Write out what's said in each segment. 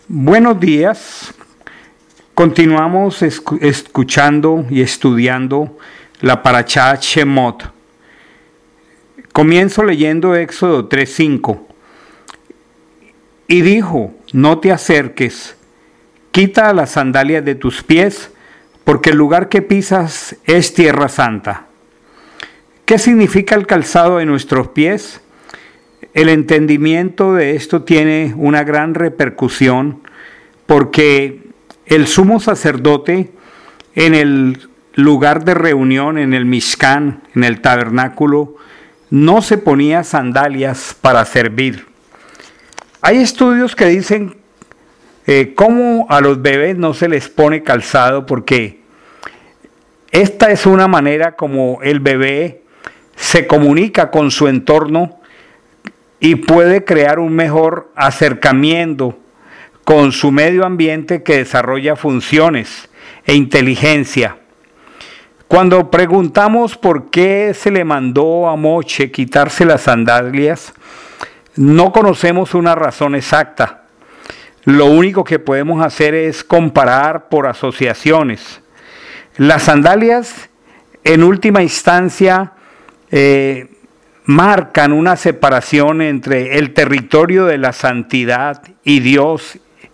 Buenos días. Continuamos escuchando y estudiando la Parashá Shemot. Comienzo leyendo Éxodo 3:5. Y dijo: no te acerques, quita las sandalias de tus pies, porque el lugar que pisas es tierra santa. ¿Qué significa el calzado de nuestros pies? El entendimiento de esto tiene una gran repercusión porque el sumo sacerdote en el lugar de reunión, en el Mishkan, en el tabernáculo, no se ponía sandalias para servir. Hay estudios que dicen cómo a los bebés no se les pone calzado, porque esta es una manera como el bebé se comunica con su entorno y puede crear un mejor acercamiento con su medio ambiente que desarrolla funciones e inteligencia. Cuando preguntamos por qué se le mandó a Moshe quitarse las sandalias, no conocemos una razón exacta. Lo único que podemos hacer es comparar por asociaciones. Las sandalias, en última instancia, marcan una separación entre el territorio de la santidad y Dios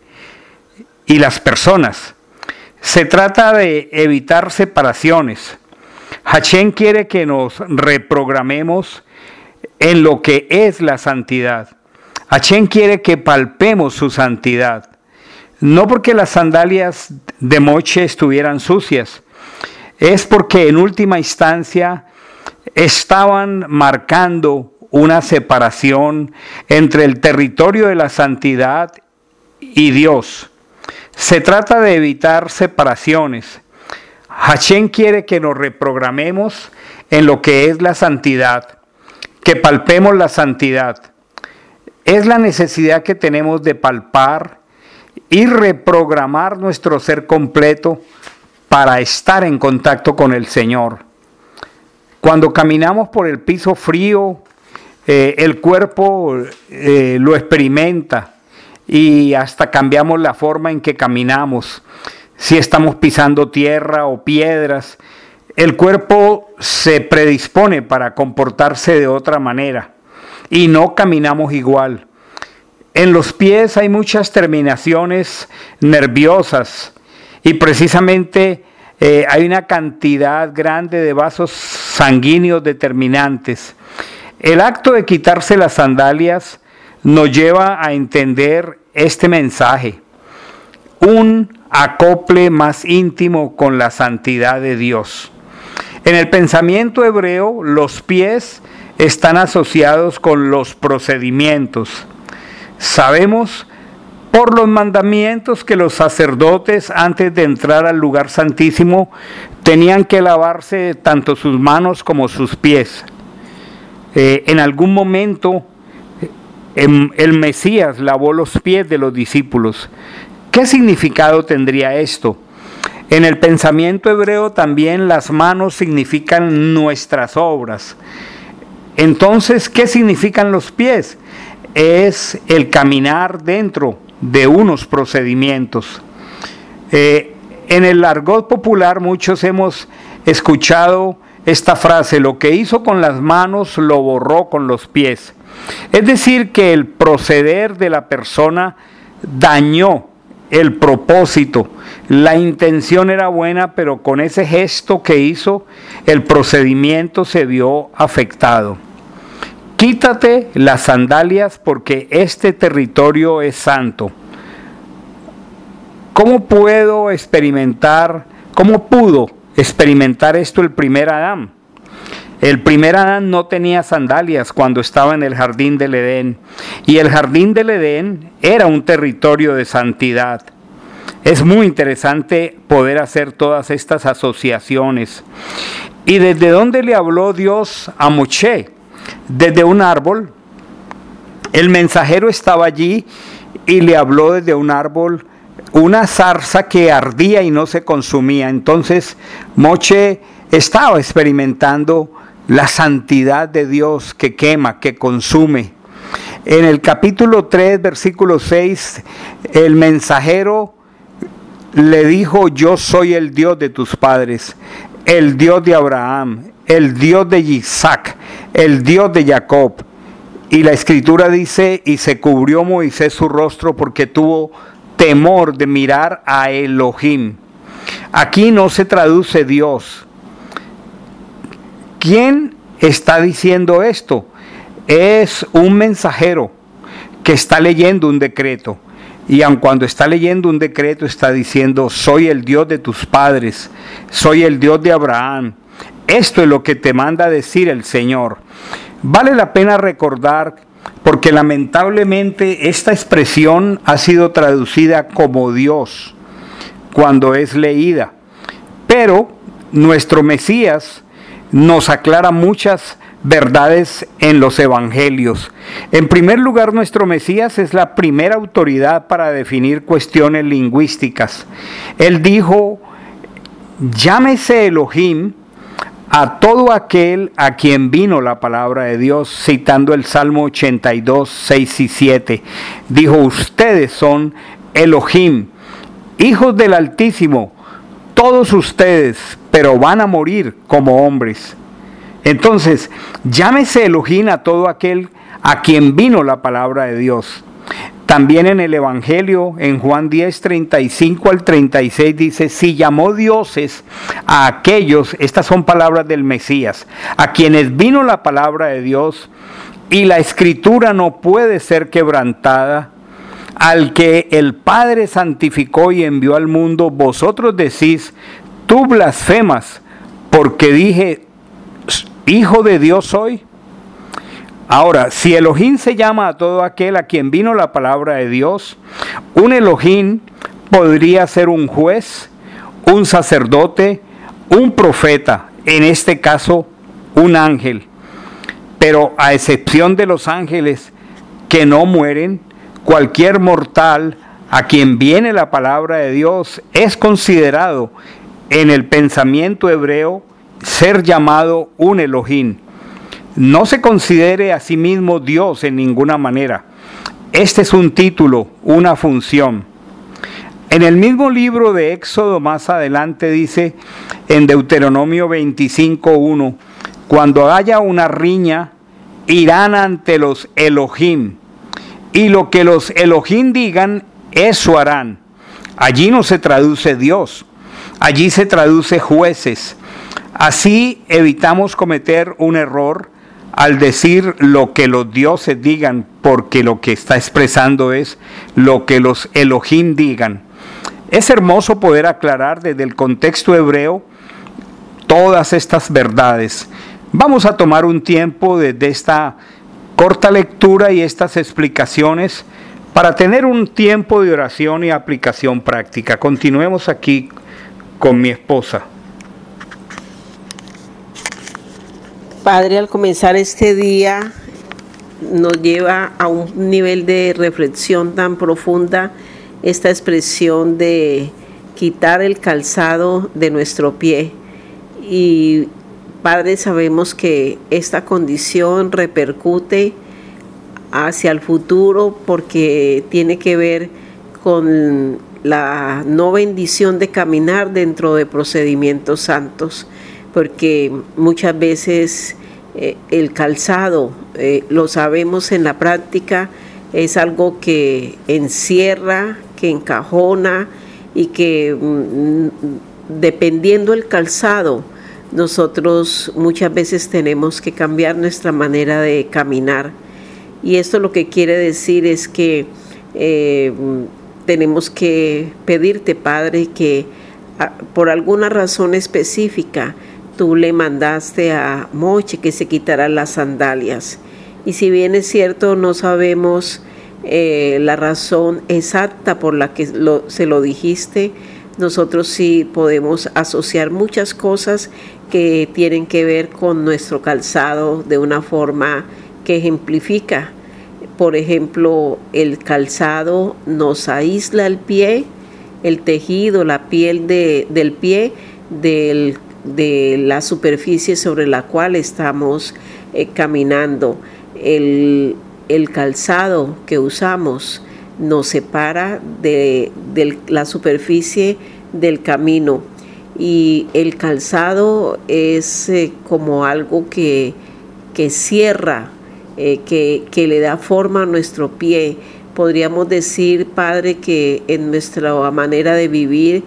y las personas. Se trata de evitar separaciones. Hashem quiere que nos reprogramemos en lo que es la santidad. Hashem quiere que palpemos su santidad. No porque las sandalias de Moshe estuvieran sucias, es porque en última instancia estaban marcando una separación entre el territorio de la santidad y Dios. Se trata de evitar separaciones. Hashem quiere que nos reprogramemos en lo que es la santidad, que palpemos la santidad. Es la necesidad que tenemos de palpar y reprogramar nuestro ser completo para estar en contacto con el Señor. Cuando caminamos por el piso frío, el cuerpo lo experimenta y hasta cambiamos la forma en que caminamos. Si estamos pisando tierra o piedras, el cuerpo se predispone para comportarse de otra manera y no caminamos igual. En los pies hay muchas terminaciones nerviosas y precisamente hay una cantidad grande de vasos sanguíneos determinantes. El acto de quitarse las sandalias nos lleva a entender este mensaje: un acople más íntimo con la santidad de Dios. En el pensamiento hebreo, los pies están asociados con los procedimientos. Sabemos por los mandamientos que los sacerdotes, antes de entrar al lugar santísimo, tenían que lavarse tanto sus manos como sus pies. En algún momento el Mesías lavó los pies de los discípulos. ¿Qué significado tendría esto? En el pensamiento hebreo también las manos significan nuestras obras. Entonces, ¿qué significan los pies? Es el caminar dentro de unos procedimientos. En el argot popular muchos hemos escuchado esta frase: lo que hizo con las manos lo borró con los pies. Es decir, que el proceder de la persona dañó el propósito. La intención era buena, pero con ese gesto que hizo, el procedimiento se vio afectado. Quítate las sandalias porque este territorio es santo. ¿Cómo pudo experimentar esto el primer Adán? El primer Adán no tenía sandalias cuando estaba en el jardín del Edén. Y el jardín del Edén era un territorio de santidad. Es muy interesante poder hacer todas estas asociaciones. ¿Y desde dónde le habló Dios a Moshe? Desde un árbol. El mensajero estaba allí y le habló desde un árbol, una zarza que ardía y no se consumía. Entonces Moshe estaba experimentando la santidad de Dios que quema, que consume. En el capítulo 3, versículo 6, el mensajero le dijo: yo soy el Dios de tus padres, el Dios de Abraham, el Dios de Isaac, el Dios de Jacob. Y la escritura dice: y se cubrió Moisés su rostro porque tuvo temor de mirar a Elohim. Aquí no se traduce Dios. ¿Quién está diciendo esto? Es un mensajero que está leyendo un decreto. Y aun cuando está leyendo un decreto, está diciendo: soy el Dios de tus padres, soy el Dios de Abraham. Esto es lo que te manda decir el Señor. Vale la pena recordar, porque lamentablemente esta expresión ha sido traducida como Dios cuando es leída. Pero nuestro Mesías nos aclara muchas verdades en los evangelios. En primer lugar, nuestro Mesías es la primera autoridad para definir cuestiones lingüísticas. Él dijo: llámese Elohim a todo aquel a quien vino la palabra de Dios, citando el Salmo 82, 6 y 7. Dijo: ustedes son Elohim, hijos del Altísimo, todos ustedes, pero van a morir como hombres. Entonces, llámese Elohim a todo aquel a quien vino la palabra de Dios. También en el Evangelio, en Juan 10, 35 al 36, dice: si llamó dioses a aquellos, estas son palabras del Mesías, a quienes vino la palabra de Dios, y la escritura no puede ser quebrantada, al que el Padre santificó y envió al mundo, vosotros decís: tú blasfemas, porque dije: hijo de Dios soy. Ahora, si Elohim se llama a todo aquel a quien vino la palabra de Dios, un Elohim podría ser un juez, un sacerdote, un profeta, en este caso un ángel. Pero a excepción de los ángeles que no mueren, cualquier mortal a quien viene la palabra de Dios es considerado en el pensamiento hebreo ser llamado un Elohim. No se considere a sí mismo Dios en ninguna manera. Este es un título, una función. En el mismo libro de Éxodo, más adelante dice, en Deuteronomio 25:1, cuando haya una riña, irán ante los Elohim, y lo que los Elohim digan, eso harán. Allí no se traduce Dios, allí se traduce jueces. Así evitamos cometer un error al decir lo que los dioses digan, porque lo que está expresando es lo que los Elohim digan. Es hermoso poder aclarar desde el contexto hebreo todas estas verdades. Vamos a tomar un tiempo desde esta corta lectura y estas explicaciones para tener un tiempo de oración y aplicación práctica. Continuemos aquí con mi esposa. Padre, al comenzar este día nos lleva a un nivel de reflexión tan profunda esta expresión de quitar el calzado de nuestro pie. Y Padre, sabemos que esta condición repercute hacia el futuro porque tiene que ver con la no bendición de caminar dentro de procedimientos santos, porque muchas veces el calzado, lo sabemos en la práctica, es algo que encierra, que encajona y que dependiendo del calzado, nosotros muchas veces tenemos que cambiar nuestra manera de caminar. Y esto lo que quiere decir es que tenemos que pedirte, Padre, que por alguna razón específica tú le mandaste a Moche que se quitara las sandalias. Y si bien es cierto, no sabemos la razón exacta por la que se lo dijiste, nosotros sí podemos asociar muchas cosas que tienen que ver con nuestro calzado de una forma que ejemplifica. Por ejemplo, el calzado nos aísla el pie, el tejido, la piel del pie, de la superficie sobre la cual estamos caminando. el calzado que usamos nos separa de la superficie del camino, y el calzado es como algo que cierra, que le da forma a nuestro pie. Podríamos decir, Padre, que en nuestra manera de vivir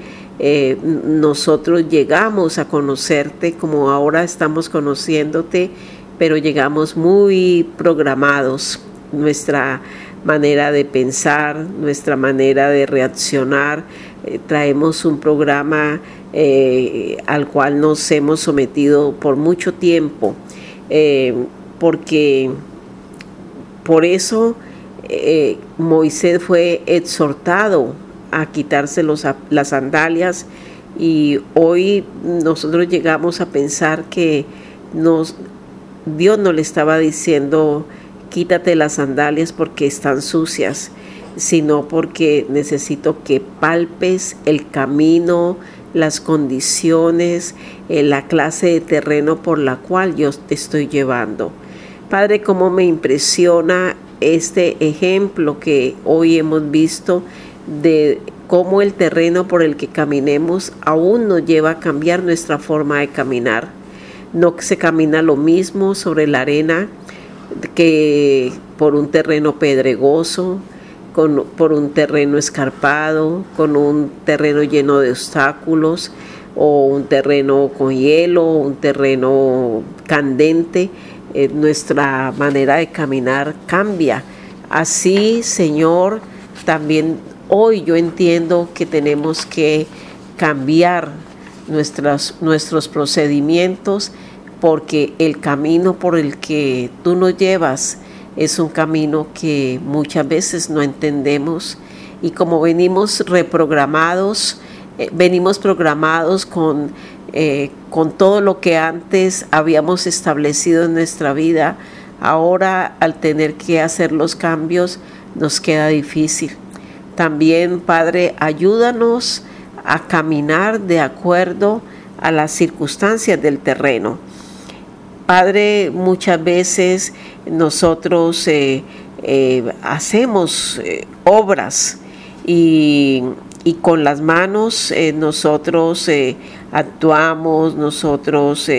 nosotros llegamos a conocerte como ahora estamos conociéndote, pero llegamos muy programados. Nuestra manera de pensar, nuestra manera de reaccionar, traemos un programa al cual nos hemos sometido por mucho tiempo, porque por eso Moisés fue exhortado a quitarse las sandalias, y hoy nosotros llegamos a pensar que Dios no le estaba diciendo quítate las sandalias porque están sucias, sino porque necesito que palpes el camino, las condiciones, la clase de terreno por la cual yo te estoy llevando. Padre, cómo me impresiona este ejemplo que hoy hemos visto de cómo el terreno por el que caminemos aún nos lleva a cambiar nuestra forma de caminar. No se camina lo mismo sobre la arena que por un terreno pedregoso, por un terreno escarpado, con un terreno lleno de obstáculos, o un terreno con hielo, un terreno candente. Nuestra manera de caminar cambia. Así, Señor, también hoy yo entiendo que tenemos que cambiar nuestros procedimientos, porque el camino por el que tú nos llevas es un camino que muchas veces no entendemos, y como venimos reprogramados, venimos programados con todo lo que antes habíamos establecido en nuestra vida. Ahora, al tener que hacer los cambios, nos queda difícil. También, Padre, ayúdanos a caminar de acuerdo a las circunstancias del terreno. Padre, muchas veces nosotros hacemos obras y con las manos nosotros actuamos, nosotros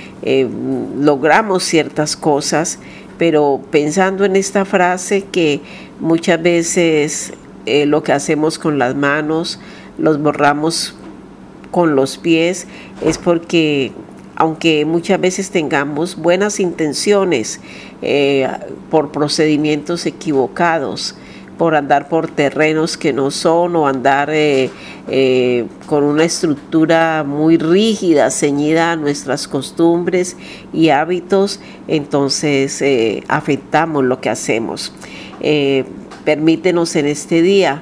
logramos ciertas cosas, pero pensando en esta frase que muchas veces lo que hacemos con las manos los borramos con los pies, es porque aunque muchas veces tengamos buenas intenciones, por procedimientos equivocados, por andar por terrenos que no son, o andar con una estructura muy rígida, ceñida a nuestras costumbres y hábitos, entonces afectamos lo que hacemos. Permítenos en este día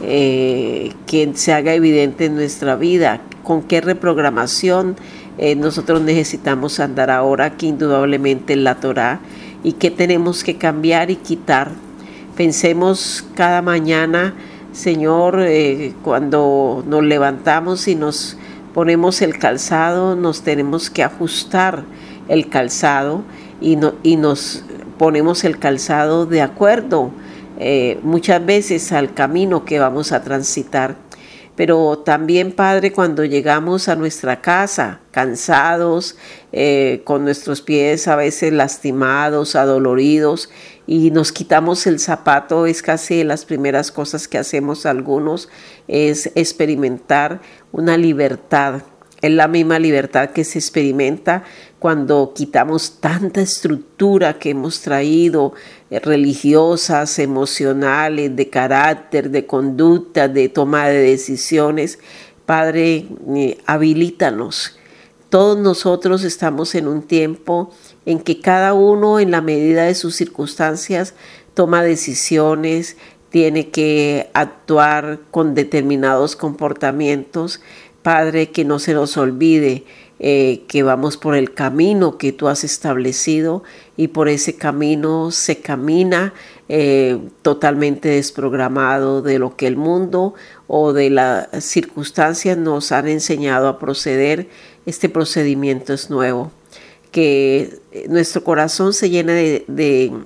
que se haga evidente en nuestra vida con qué reprogramación nosotros necesitamos andar ahora, que indudablemente es la Torá, y qué tenemos que cambiar y quitar. Pensemos cada mañana, Señor, cuando nos levantamos y nos ponemos el calzado, nos tenemos que ajustar el calzado y nos ponemos el calzado de acuerdo muchas veces al camino que vamos a transitar. Pero también, Padre, cuando llegamos a nuestra casa cansados, con nuestros pies a veces lastimados, adoloridos, y nos quitamos el zapato, es casi de las primeras cosas que hacemos algunos, es experimentar una libertad. Es la misma libertad que se experimenta cuando quitamos tanta estructura que hemos traído, religiosas, emocionales, de carácter, de conducta, de toma de decisiones. Padre, habilítanos. Todos nosotros estamos en un tiempo en que cada uno, en la medida de sus circunstancias, toma decisiones, tiene que actuar con determinados comportamientos. Padre, que no se nos olvide que vamos por el camino que tú has establecido, y por ese camino se camina totalmente desprogramado de lo que el mundo o de las circunstancias nos han enseñado a proceder. Este procedimiento es nuevo. Que nuestro corazón se llene de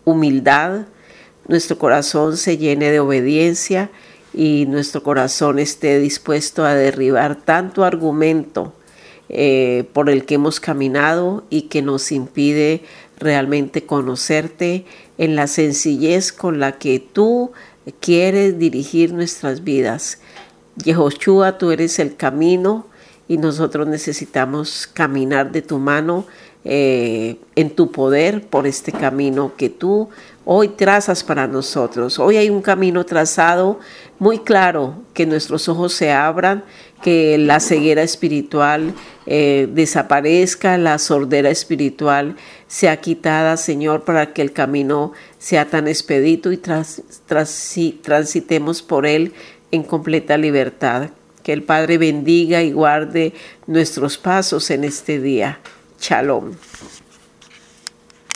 humildad, nuestro corazón se llene de obediencia y nuestro corazón esté dispuesto a derribar tanto argumento por el que hemos caminado y que nos impide realmente conocerte en la sencillez con la que tú quieres dirigir nuestras vidas. Yehoshua, tú eres el camino y nosotros necesitamos caminar de tu mano en tu poder por este camino que tú hoy trazas para nosotros. Hoy hay un camino trazado muy claro, que nuestros ojos se abran, que la ceguera espiritual desaparezca, la sordera espiritual sea quitada, Señor, para que el camino sea tan expedito y transitemos por él en completa libertad. Que el Padre bendiga y guarde nuestros pasos en este día. Shalom.